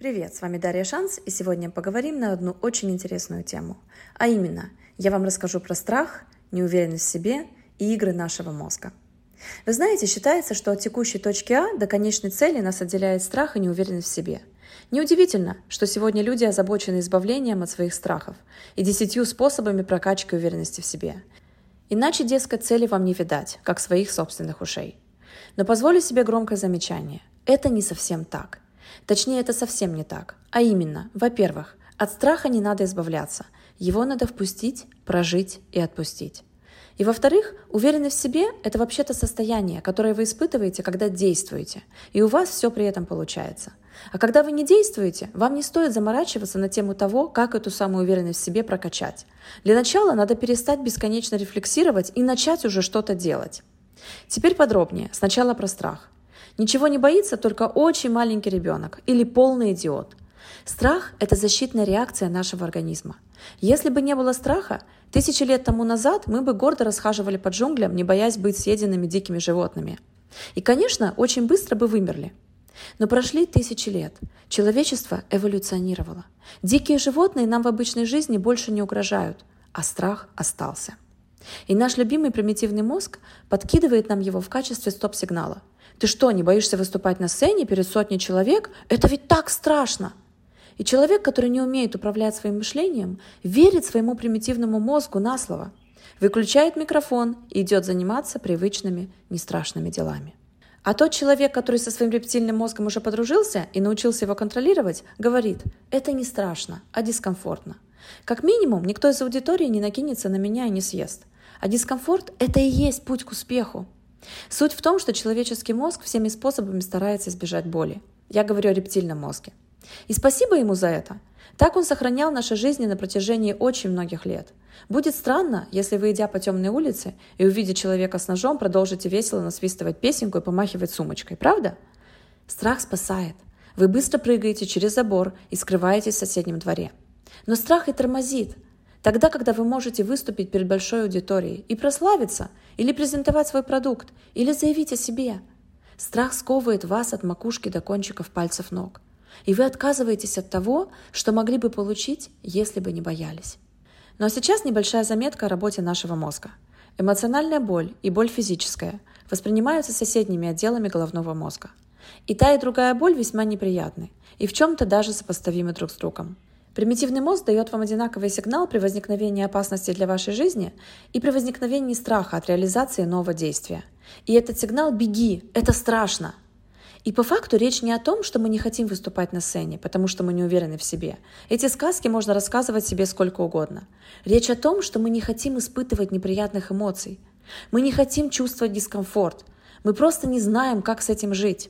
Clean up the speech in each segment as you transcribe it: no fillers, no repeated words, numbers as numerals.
Привет, с вами Дарья Шанс, и сегодня поговорим на одну очень интересную тему. А именно, я вам расскажу про страх, неуверенность в себе и игры нашего мозга. Вы знаете, считается, что от текущей точки А до конечной цели нас отделяет страх и неуверенность в себе. Неудивительно, что сегодня люди озабочены избавлением от своих страхов и 10 способами прокачки уверенности в себе. Иначе, дескать, цели вам не видать, как своих собственных ушей. Но позволю себе громкое замечание. Это не совсем так. Точнее, это совсем не так. А именно, во-первых, от страха не надо избавляться. Его надо впустить, прожить и отпустить. И во-вторых, уверенность в себе – это вообще-то состояние, которое вы испытываете, когда действуете. И у вас все при этом получается. А когда вы не действуете, вам не стоит заморачиваться на тему того, как эту самую уверенность в себе прокачать. Для начала надо перестать бесконечно рефлексировать и начать уже что-то делать. Теперь подробнее. Сначала про страх. Ничего не боится только очень маленький ребенок или полный идиот. Страх – это защитная реакция нашего организма. Если бы не было страха, 1000 лет тому назад мы бы гордо расхаживали по джунглям, не боясь быть съеденными дикими животными. И, конечно, очень быстро бы вымерли. Но прошли 1000 лет. Человечество эволюционировало. Дикие животные нам в обычной жизни больше не угрожают, а страх остался. И наш любимый примитивный мозг подкидывает нам его в качестве стоп-сигнала. Ты что, не боишься выступать на сцене перед сотней человек? Это ведь так страшно! И человек, который не умеет управлять своим мышлением, верит своему примитивному мозгу на слово, выключает микрофон и идет заниматься привычными, нестрашными делами. А тот человек, который со своим рептильным мозгом уже подружился и научился его контролировать, говорит: это не страшно, а дискомфортно. Как минимум, никто из аудитории не накинется на меня и не съест. А дискомфорт – это и есть путь к успеху. Суть в том, что человеческий мозг всеми способами старается избежать боли. Я говорю о рептильном мозге. И спасибо ему за это. Так он сохранял наши жизни на протяжении очень многих лет. Будет странно, если вы, идя по темной улице и увидя человека с ножом, продолжите весело насвистывать песенку и помахивать сумочкой, правда? Страх спасает. Вы быстро прыгаете через забор и скрываетесь в соседнем дворе. Но страх и тормозит. Тогда, когда вы можете выступить перед большой аудиторией и прославиться, или презентовать свой продукт, или заявить о себе. Страх сковывает вас от макушки до кончиков пальцев ног. И вы отказываетесь от того, что могли бы получить, если бы не боялись. Ну а сейчас небольшая заметка о работе нашего мозга. Эмоциональная боль и боль физическая воспринимаются соседними отделами головного мозга. И та, и другая боль весьма неприятны, и в чем-то даже сопоставимы друг с другом. Примитивный мозг дает вам одинаковый сигнал при возникновении опасности для вашей жизни и при возникновении страха от реализации нового действия. И этот сигнал «беги», это страшно. И по факту речь не о том, что мы не хотим выступать на сцене, потому что мы не уверены в себе. Эти сказки можно рассказывать себе сколько угодно. Речь о том, что мы не хотим испытывать неприятных эмоций. Мы не хотим чувствовать дискомфорт. Мы просто не знаем, как с этим жить.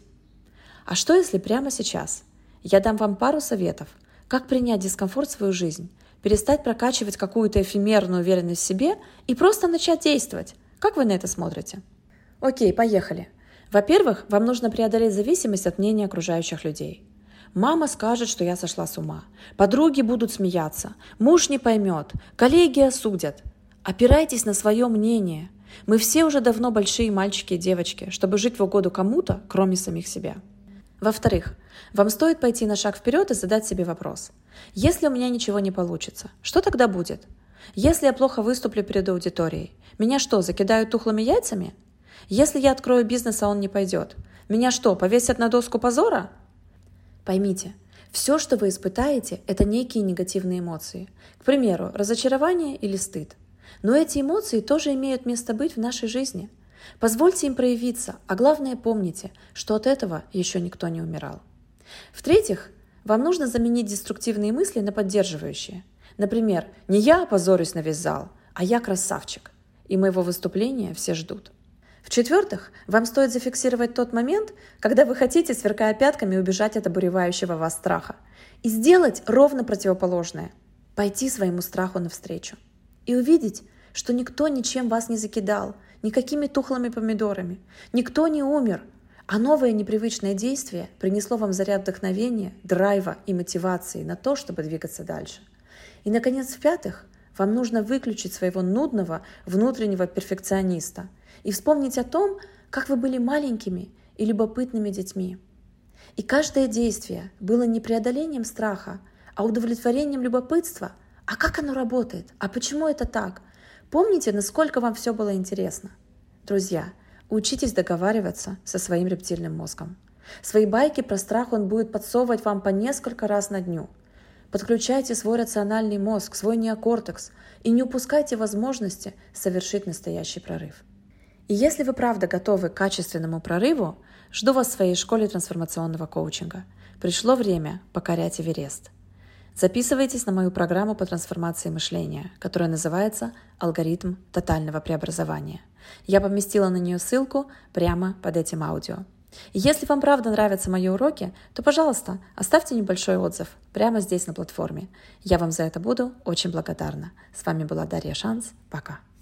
А что если прямо сейчас я дам вам пару советов, как принять дискомфорт в свою жизнь, перестать прокачивать какую-то эфемерную уверенность в себе и просто начать действовать? Как вы на это смотрите? Окей, поехали. Во-первых, вам нужно преодолеть зависимость от мнения окружающих людей. Мама скажет, что я сошла с ума. Подруги будут смеяться. Муж не поймет. Коллеги осудят. Опирайтесь на свое мнение. Мы все уже давно большие мальчики и девочки, чтобы жить в угоду кому-то, кроме самих себя. Во-вторых, вам стоит пойти на шаг вперед и задать себе вопрос. Если у меня ничего не получится, что тогда будет? Если я плохо выступлю перед аудиторией, меня что, закидают тухлыми яйцами? Если я открою бизнес, а он не пойдет, меня что, повесят на доску позора? Поймите, все, что вы испытаете, это некие негативные эмоции. К примеру, разочарование или стыд. Но эти эмоции тоже имеют место быть в нашей жизни. Позвольте им проявиться, а главное помните, что от этого еще никто не умирал. В-третьих, вам нужно заменить деструктивные мысли на поддерживающие. Например, не я опозорюсь на весь зал, а я красавчик, и моего выступления все ждут. В-четвертых, вам стоит зафиксировать тот момент, когда вы хотите, сверкая пятками, убежать от обуревающего вас страха, и сделать ровно противоположное – пойти своему страху навстречу. И увидеть, что никто ничем вас не закидал, никакими тухлыми помидорами, никто не умер, а новое непривычное действие принесло вам заряд вдохновения, драйва и мотивации на то, чтобы двигаться дальше. И, наконец, в-пятых, вам нужно выключить своего нудного внутреннего перфекциониста и вспомнить о том, как вы были маленькими и любопытными детьми. И каждое действие было не преодолением страха, а удовлетворением любопытства. А как оно работает? А почему это так? Помните, насколько вам все было интересно? Друзья, учитесь договариваться со своим рептильным мозгом. Свои байки про страх он будет подсовывать вам по несколько раз на дню. Подключайте свой рациональный мозг, свой неокортекс и не упускайте возможности совершить настоящий прорыв. И если вы правда готовы к качественному прорыву, жду вас в своей школе трансформационного коучинга. Пришло время покорять Эверест. Записывайтесь на мою программу по трансформации мышления, которая называется «Алгоритм тотального преобразования». Я поместила на нее ссылку прямо под этим аудио. И если вам правда нравятся мои уроки, то, пожалуйста, оставьте небольшой отзыв прямо здесь на платформе. Я вам за это буду очень благодарна. С вами была Дарья Шанс. Пока.